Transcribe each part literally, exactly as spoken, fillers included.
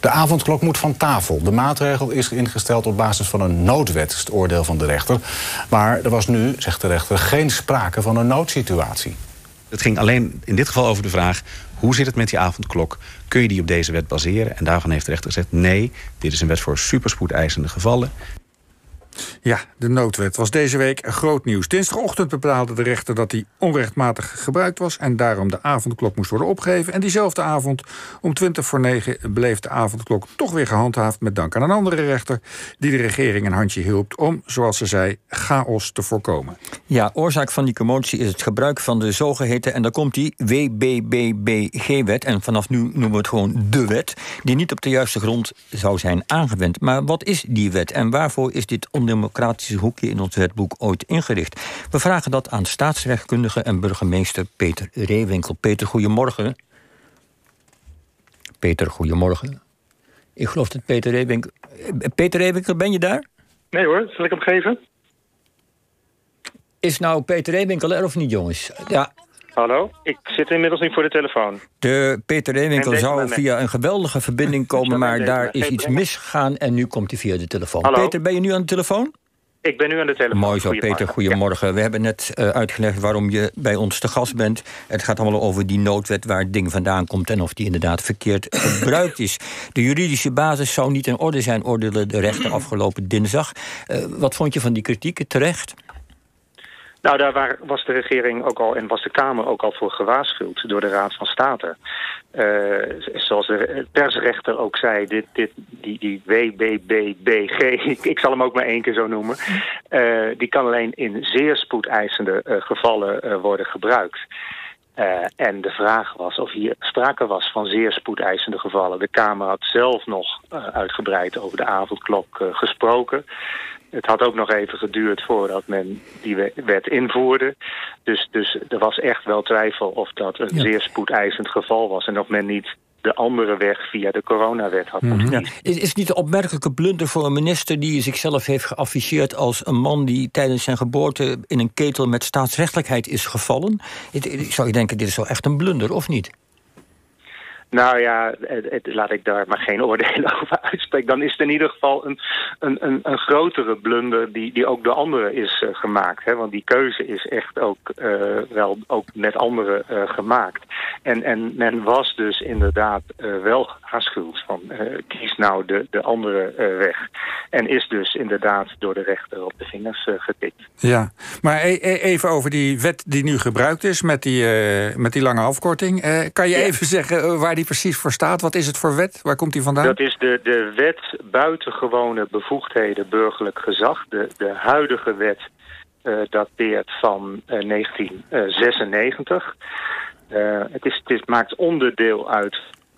De avondklok moet van tafel. De maatregel is ingesteld op basis van een noodwet, is het oordeel van de rechter. Maar er was nu, zegt de rechter, geen sprake van een noodsituatie. Het ging alleen in dit geval over de vraag: hoe zit het met die avondklok? Kun je die op deze wet baseren? En daarvan heeft de rechter gezegd: nee, dit is een wet voor superspoedeisende gevallen. Ja, de noodwet was deze week groot nieuws. Dinsdagochtend bepaalde de rechter dat die onrechtmatig gebruikt was en daarom de avondklok moest worden opgeheven. En diezelfde avond, om twintig voor negen, bleef de avondklok toch weer gehandhaafd met dank aan een andere rechter die de regering een handje hielp om, zoals ze zei, chaos te voorkomen. Ja, oorzaak van die commotie is het gebruik van de zogeheten, en daar komt die, W B B B G-wet. En vanaf nu noemen we het gewoon de wet, die niet op de juiste grond zou zijn aangewend. Maar wat is die wet en waarvoor is dit ondemocratische hoekje in ons wetboek ooit ingericht? We vragen dat aan staatsrechtkundige en burgemeester Peter Reewinkel. Peter, goedemorgen. Peter, goedemorgen. Ik geloof dat Peter Reewinkel... Peter Reewinkel, ben je daar? Nee hoor, zal ik hem geven? Is nou Peter Reewinkel er of niet, jongens? Ja. Hallo, ik zit inmiddels niet voor de telefoon. De Peter Reewinkel zou via een geweldige verbinding komen, maar daar is iets misgegaan en nu komt hij via de telefoon. Hallo? Peter, ben je nu aan de telefoon? Ik ben nu aan de telefoon. Mooi zo, Peter, goedemorgen. Ja. We hebben net uh, uitgelegd waarom je bij ons te gast bent. Het gaat allemaal over die noodwet waar het ding vandaan komt en of die inderdaad verkeerd gebruikt is. De juridische basis zou niet in orde zijn, oordeelde de rechter afgelopen dinsdag. Uh, wat vond je van die kritiek? Terecht? Nou, daar was de regering ook al en was de Kamer ook al voor gewaarschuwd door de Raad van State. Uh, zoals de persrechter ook zei, dit, dit, die, die W B B B G, ik, ik zal hem ook maar één keer zo noemen, uh, die kan alleen in zeer spoedeisende uh, gevallen uh, worden gebruikt. Uh, en de vraag was of hier sprake was van zeer spoedeisende gevallen. De Kamer had zelf nog uh, uitgebreid over de avondklok uh, gesproken. Het had ook nog even geduurd voordat men die wet invoerde. Dus, dus er was echt wel twijfel of dat een ja. zeer spoedeisend geval was en of men niet de andere weg via de coronawet had moeten mm-hmm. kiezen. Ja. Is, is het niet een opmerkelijke blunder voor een minister die zichzelf heeft geafficheerd als een man die tijdens zijn geboorte in een ketel met staatsrechtelijkheid is gevallen? Ik zou je denken, dit is wel echt een blunder, of niet? Nou ja, het, het, laat ik daar maar geen oordelen over uitspreken. Dan is het in ieder geval een, een, een, een grotere blunder die, die ook door anderen is uh, gemaakt. Hè? Want die keuze is echt ook uh, wel ook met anderen uh, gemaakt. En, en men was dus inderdaad uh, wel gewaarschuwd van uh, kies nou de, de andere uh, weg. En is dus inderdaad door de rechter op de vingers uh, getikt. Ja, maar e- e- even over die wet die nu gebruikt is met die, uh, met die lange afkorting. Uh, kan je ja. even zeggen uh, waar die precies voor staat? Wat is het voor wet? Waar komt die vandaan? Dat is de, de wet buitengewone bevoegdheden burgerlijk gezag. De, de huidige wet uh, dateert van uh, negentien zesennegentig. Uh, het, is, het is, maakt onderdeel uit.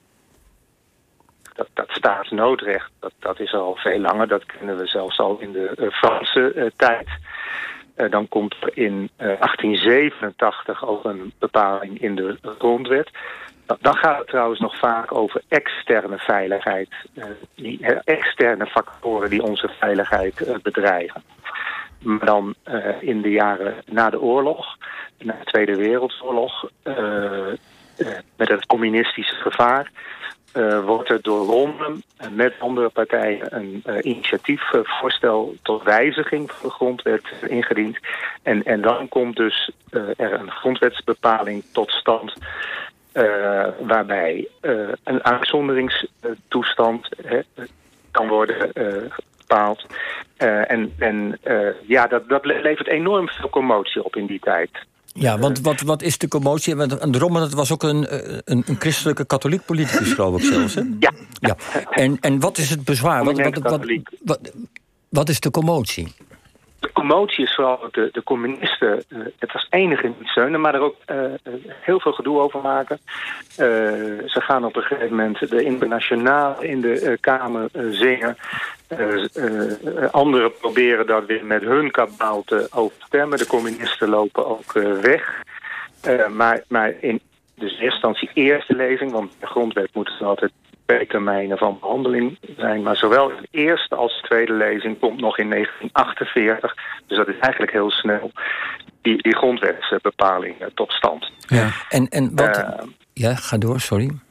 Dat, dat staatsnoodrecht, dat, dat is al veel langer. Dat kennen we zelfs al in de uh, Franse uh, tijd. Uh, dan komt er in uh, achttien zevenentachtig ook een bepaling in de grondwet. Dan gaat het trouwens nog vaak over externe veiligheid. Uh, die, uh, externe factoren die onze veiligheid uh, bedreigen. Maar dan uh, in de jaren na de oorlog, na de Tweede Wereldoorlog, uh, uh, met het communistische gevaar, uh, wordt er door Rommelen uh, met andere partijen een uh, initiatiefvoorstel uh, tot wijziging van de grondwet ingediend. En, en dan komt dus uh, er een grondwetsbepaling tot stand. Uh, waarbij uh, een uitzonderingstoestand uh, kan worden uh, bepaald. Uh, en en uh, ja, dat, dat levert enorm veel commotie op in die tijd. Ja, want wat, wat is de commotie? Want Rommelen was ook een, een, een christelijke katholiek politicus, geloof ik zelfs. Hè? Ja. ja. En, en wat is het bezwaar? Wat, wat, wat, wat, wat is de commotie? De commotie is vooral de, de communisten uh, het als enige niet steunen, maar er ook uh, heel veel gedoe over maken. Uh, ze gaan op een gegeven moment de internationaal in de uh, Kamer uh, zingen. Uh, uh, anderen proberen dat weer met hun kabaal te overstemmen. De communisten lopen ook uh, weg. Uh, maar, maar in dus in eerste instantie eerste lezing, want de grondwet moet er altijd twee termijnen van behandeling zijn. Maar zowel de eerste als de tweede lezing komt nog in negentien achtenveertig. Dus dat is eigenlijk heel snel die, die grondwetsbepaling uh, tot stand. Ja. En, en wat... Uh, ja, ga door, sorry.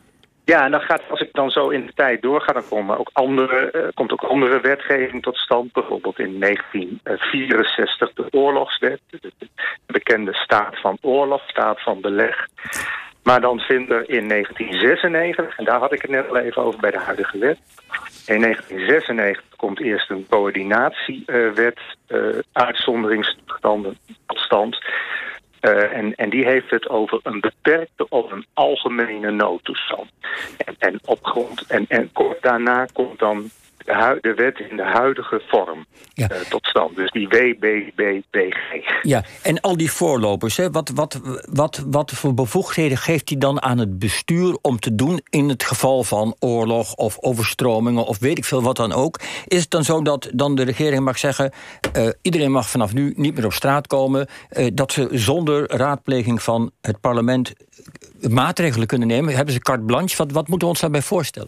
Ja, en dan gaat, als ik dan zo in de tijd doorga, dan komen ook andere, uh, komt ook andere wetgeving tot stand. Bijvoorbeeld in negentien vierenzestig de oorlogswet, de, de bekende staat van oorlog, staat van beleg. Maar dan vindt er in negentien zesennegentig, en daar had ik het net al even over bij de huidige wet. In negentien zesennegentig komt eerst een coördinatiewet, uh, uitzonderingstoestanden tot stand. Uh, en, en die heeft het over een beperkte of een algemene noodtoestand. En, en op grond en, en kort daarna komt dan de, hu- de wet in de huidige vorm ja. uh, tot stand. Dus die W B B B G. Ja, en al die voorlopers, hè, wat, wat, wat, wat voor bevoegdheden geeft hij dan aan het bestuur om te doen in het geval van oorlog of overstromingen of weet ik veel wat dan ook? Is het dan zo dat dan de regering mag zeggen, uh, iedereen mag vanaf nu niet meer op straat komen, uh, dat ze zonder raadpleging van het parlement maatregelen kunnen nemen? Hebben ze carte blanche? Wat, wat moeten we ons daarbij voorstellen?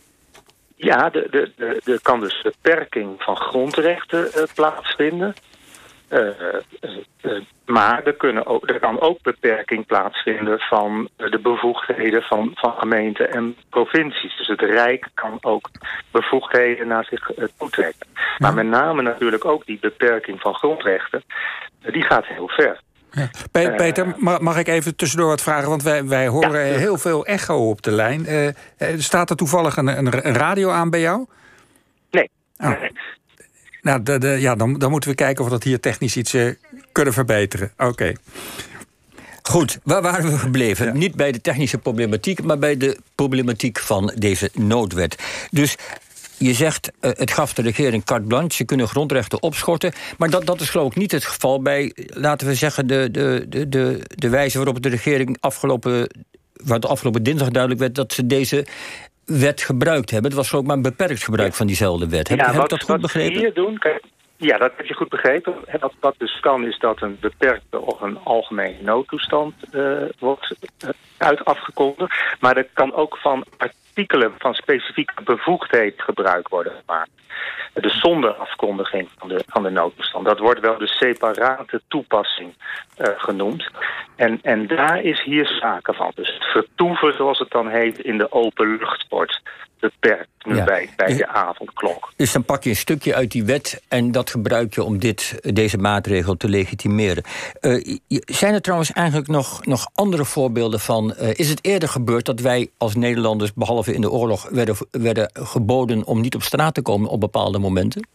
Ja, er de, de, de kan dus beperking van grondrechten uh, plaatsvinden. Uh, uh, uh, maar er, kunnen ook, er kan ook beperking plaatsvinden van uh, de bevoegdheden van, van gemeenten en provincies. Dus het Rijk kan ook bevoegdheden naar zich uh, toetrekken. Maar met name natuurlijk ook die beperking van grondrechten, uh, die gaat heel ver. Ja. Peter, mag ik even tussendoor wat vragen? Want wij, wij horen ja. heel veel echo op de lijn. Uh, staat er toevallig een, een radio aan bij jou? Nee. Oh. nee. Nou, de, de, ja, dan, dan moeten we kijken of we dat hier technisch iets uh, kunnen verbeteren. Oké. Okay. Goed, waar waren we gebleven? Ja. Niet bij de technische problematiek, maar bij de problematiek van deze noodwet. Dus je zegt, uh, het gaf de regering carte blanche, ze kunnen grondrechten opschorten. Maar dat, dat is geloof ik niet het geval bij, laten we zeggen, de, de, de, de, de wijze waarop de regering afgelopen, waar de afgelopen dinsdag duidelijk werd dat ze deze wet gebruikt hebben. Het was geloof ik maar een beperkt gebruik van diezelfde wet. Heb, ja, heb wat, ik dat goed wat begrepen? Hier doen, ja, dat heb je goed begrepen. Wat, wat dus kan is dat een beperkte of een algemene noodtoestand uh, wordt uh, uit afgekondigd. Maar er kan ook van artikelen van specifieke bevoegdheid gebruik worden gemaakt. Dus zonder afkondiging van de, van de noodtoestand. Dat wordt wel de separate toepassing uh, genoemd. En, en daar is hier sprake van. Dus het vertoeven, zoals het dan heet, in de openluchtsport beperkt nu ja. bij, bij de avondklok. Dus dan pak je een stukje uit die wet en dat gebruik je om dit, deze maatregel te legitimeren. Uh, zijn er trouwens eigenlijk nog, nog andere voorbeelden van, Uh, is het eerder gebeurd dat wij als Nederlanders, behalve in de oorlog, werden, werden geboden om niet op straat te komen op bepaalde momenten?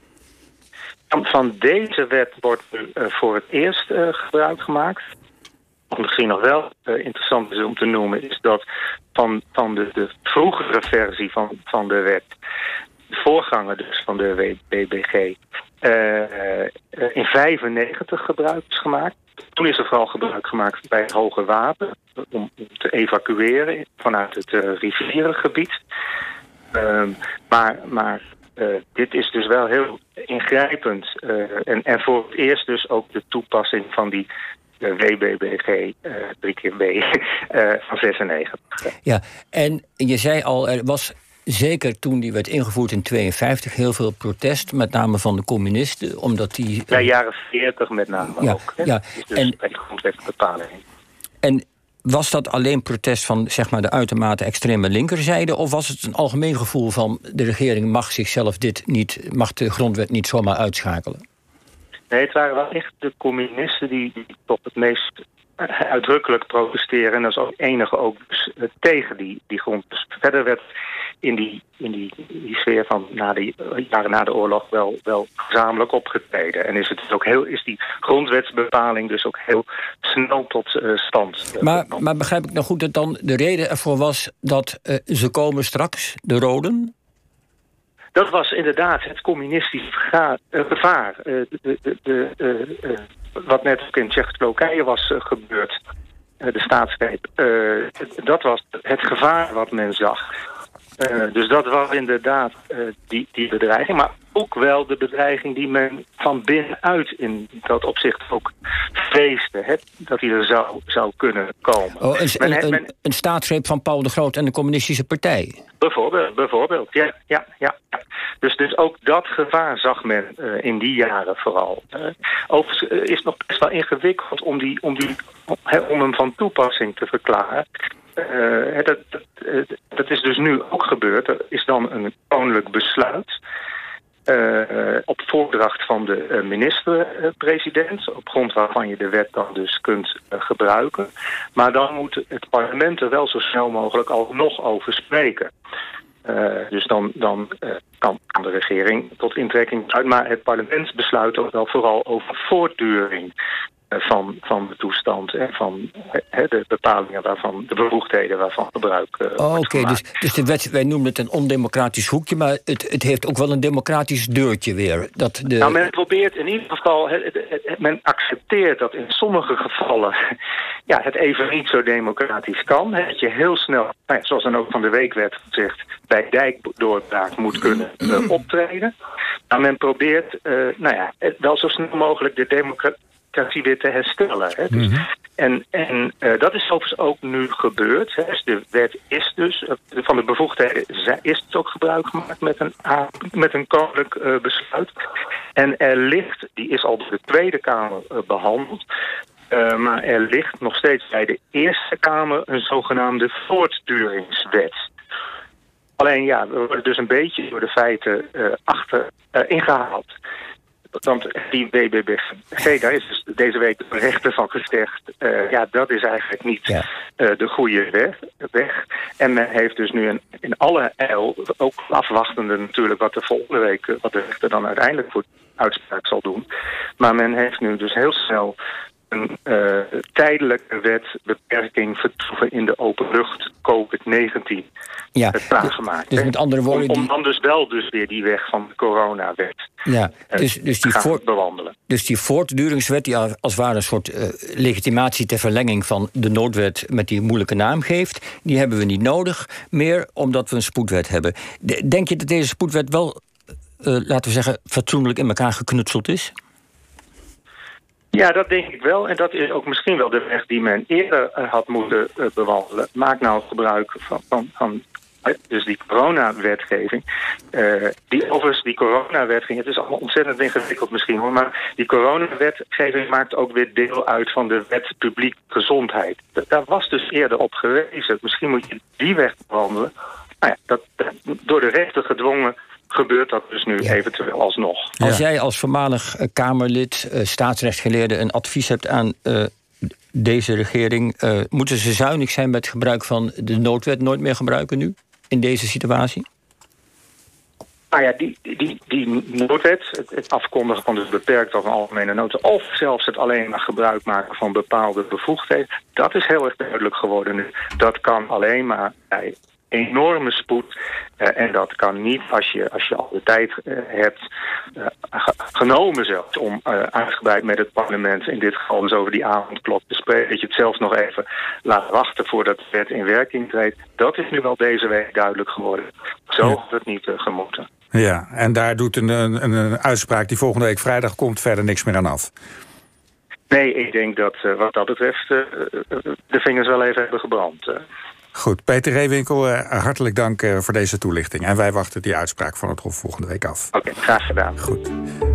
Van deze wet wordt nu uh, voor het eerst uh, gebruik gemaakt. Wat misschien nog wel uh, interessant is om te noemen, is dat van, van de, de vroegere versie van, van de wet, de voorganger dus van de W B B G, uh, uh, in vijfennegentig gebruik is gemaakt. Toen is er vooral gebruik gemaakt bij het Hoge Wapen, om, om te evacueren vanuit het uh, rivierengebied. Uh, maar maar uh, dit is dus wel heel ingrijpend. Uh, en, en voor het eerst dus ook de toepassing van die de W B B G, uh, drie keer W, uh, van zesennegentig. Ja, en je zei al, er was zeker toen die werd ingevoerd in tweeënvijftig heel veel protest, met name van de communisten, omdat die Bij uh, jaren veertig met name ja, ook. Hè? Ja, dus en, bij de grondwetbepaling. En was dat alleen protest van zeg maar de uitermate extreme linkerzijde, of was het een algemeen gevoel van de regering mag zichzelf dit niet, mag de grondwet niet zomaar uitschakelen? Nee, het waren wel echt de communisten die, die toch het meest uitdrukkelijk protesteren. En dat is ook het enige ook dus, uh, tegen die, die grond. Dus verder werd in die, in die, die sfeer van na de jaren na de oorlog wel, wel gezamenlijk opgetreden. En is, het ook heel, is die grondwetsbepaling dus ook heel snel tot uh, stand. Uh, maar, maar begrijp ik nou goed dat dan de reden ervoor was dat uh, ze komen straks, de Roden? Dat was inderdaad het communistische verga- uh, gevaar. Uh, de, de, de, uh, uh, wat net ook in Tsjechoslowakije was uh, gebeurd, uh, de staatsgreep. Uh, dat was het gevaar wat men zag. Uh, dus dat was inderdaad uh, die, die bedreiging. Maar ook wel de bedreiging die men van binnenuit in dat opzicht ook vreesde, hè, dat hij er zou, zou kunnen komen. Oh, een, men, een, men, een, een staatsgreep van Paul de Groot en de Communistische Partij. Bijvoorbeeld, bijvoorbeeld ja, ja, ja. Dus, dus ook dat gevaar zag men uh, in die jaren vooral. Uh, overigens uh, is het nog best wel ingewikkeld om, die, om, die, he, om hem van toepassing te verklaren. Uh, dat, dat, uh, dat is dus nu ook gebeurd. Er is dan een koninklijk besluit Uh, op voordracht van de uh, minister-president, op grond waarvan je de wet dan dus kunt uh, gebruiken. Maar dan moet het parlement er wel zo snel mogelijk alsnog over spreken. Uh, dus dan, dan uh, kan de regering tot intrekking uit. Maar het parlement besluit ook wel vooral over voortduring van, van de toestand en van he, de bepalingen waarvan, de bevoegdheden waarvan gebruik uh, oh, wordt Oké, gemaakt. dus, dus de wet, wij noemen het een ondemocratisch hoekje, maar het, het heeft ook wel een democratisch deurtje weer. Dat de... Nou, men probeert in ieder geval, he, he, he, men accepteert dat in sommige gevallen ja, het even niet zo democratisch kan. He, dat je heel snel, nou ja, zoals dan ook van de week werd gezegd, bij dijkdoorbraak moet kunnen uh, optreden. Maar men probeert uh, nou ja, wel zo snel mogelijk de democratie weer te herstellen. Hè. Dus, mm-hmm. En, en uh, dat is overigens ook nu gebeurd. Hè. Dus de wet is dus, uh, van de bevoegdheden is het ook gebruik gemaakt met een, uh, met een koninklijk uh, besluit. En er ligt, die is al door de Tweede Kamer uh, behandeld, uh, maar er ligt nog steeds bij de Eerste Kamer een zogenaamde voortduringswet. Alleen ja, we worden dus een beetje door de feiten uh, achter uh, ingehaald. Want die W B B G, daar is dus deze week de rechter van gezegd, uh, ja, dat is eigenlijk niet ja. uh, de goede weg, weg. En men heeft dus nu een, in alle eil, ook afwachtende natuurlijk wat de volgende week, uh, wat de rechter dan uiteindelijk voor uitspraak zal doen. Maar men heeft nu dus heel snel een uh, tijdelijke wet beperking vertoeven in de openlucht COVID negentien ja, klaargemaakt. Dus met andere woorden, om, om dan dus wel dus weer die weg van de coronawet ja, dus, dus die gaan voor, bewandelen. Dus die voortduringswet, die als het ware een soort uh, legitimatie ter verlenging van de noodwet met die moeilijke naam geeft, die hebben we niet nodig meer, omdat we een spoedwet hebben. Denk je dat deze spoedwet wel, uh, laten we zeggen, fatsoenlijk in elkaar geknutseld is? Ja, dat denk ik wel. En dat is ook misschien wel de weg die men eerder uh, had moeten uh, bewandelen. Maak nou gebruik van, van, van uh, dus die coronawetgeving. Uh, die, overigens, die coronawetgeving, het is allemaal ontzettend ingewikkeld misschien hoor, maar die coronawetgeving maakt ook weer deel uit van de wet publiek gezondheid. D- daar was dus eerder op gewezen. Misschien moet je die weg bewandelen. Nou ja, dat, dat, door de rechter gedwongen gebeurt dat dus nu ja. eventueel alsnog. Als ja. jij als voormalig uh, Kamerlid, uh, staatsrechtsgeleerde, een advies hebt aan uh, deze regering, uh, moeten ze zuinig zijn met het gebruik van de noodwet, nooit meer gebruiken nu, in deze situatie? Nou ja, die, die, die noodwet, het, het afkondigen van de beperkte of een algemene noodwet, of zelfs het alleen maar gebruik maken van bepaalde bevoegdheden, dat is heel erg duidelijk geworden nu. Dat kan alleen maar bij enorme spoed. Uh, en dat kan niet als je, als je al de tijd uh, hebt uh, genomen zelfs om uh, uitgebreid met het parlement, in dit geval dus over die avondklok te spreken, dat je het zelfs nog even laat wachten voordat de wet in werking treedt. Dat is nu wel deze week duidelijk geworden. Zo had het niet uh, gemoeten. Ja, en daar doet een, een, een uitspraak die volgende week vrijdag komt verder niks meer aan af. Nee, ik denk dat uh, wat dat betreft uh, de vingers wel even hebben gebrand. Uh. Goed, Peter Reewinkel, uh, hartelijk dank uh, voor deze toelichting. En wij wachten die uitspraak van het Hof volgende week af. Oké, okay, graag gedaan. Goed.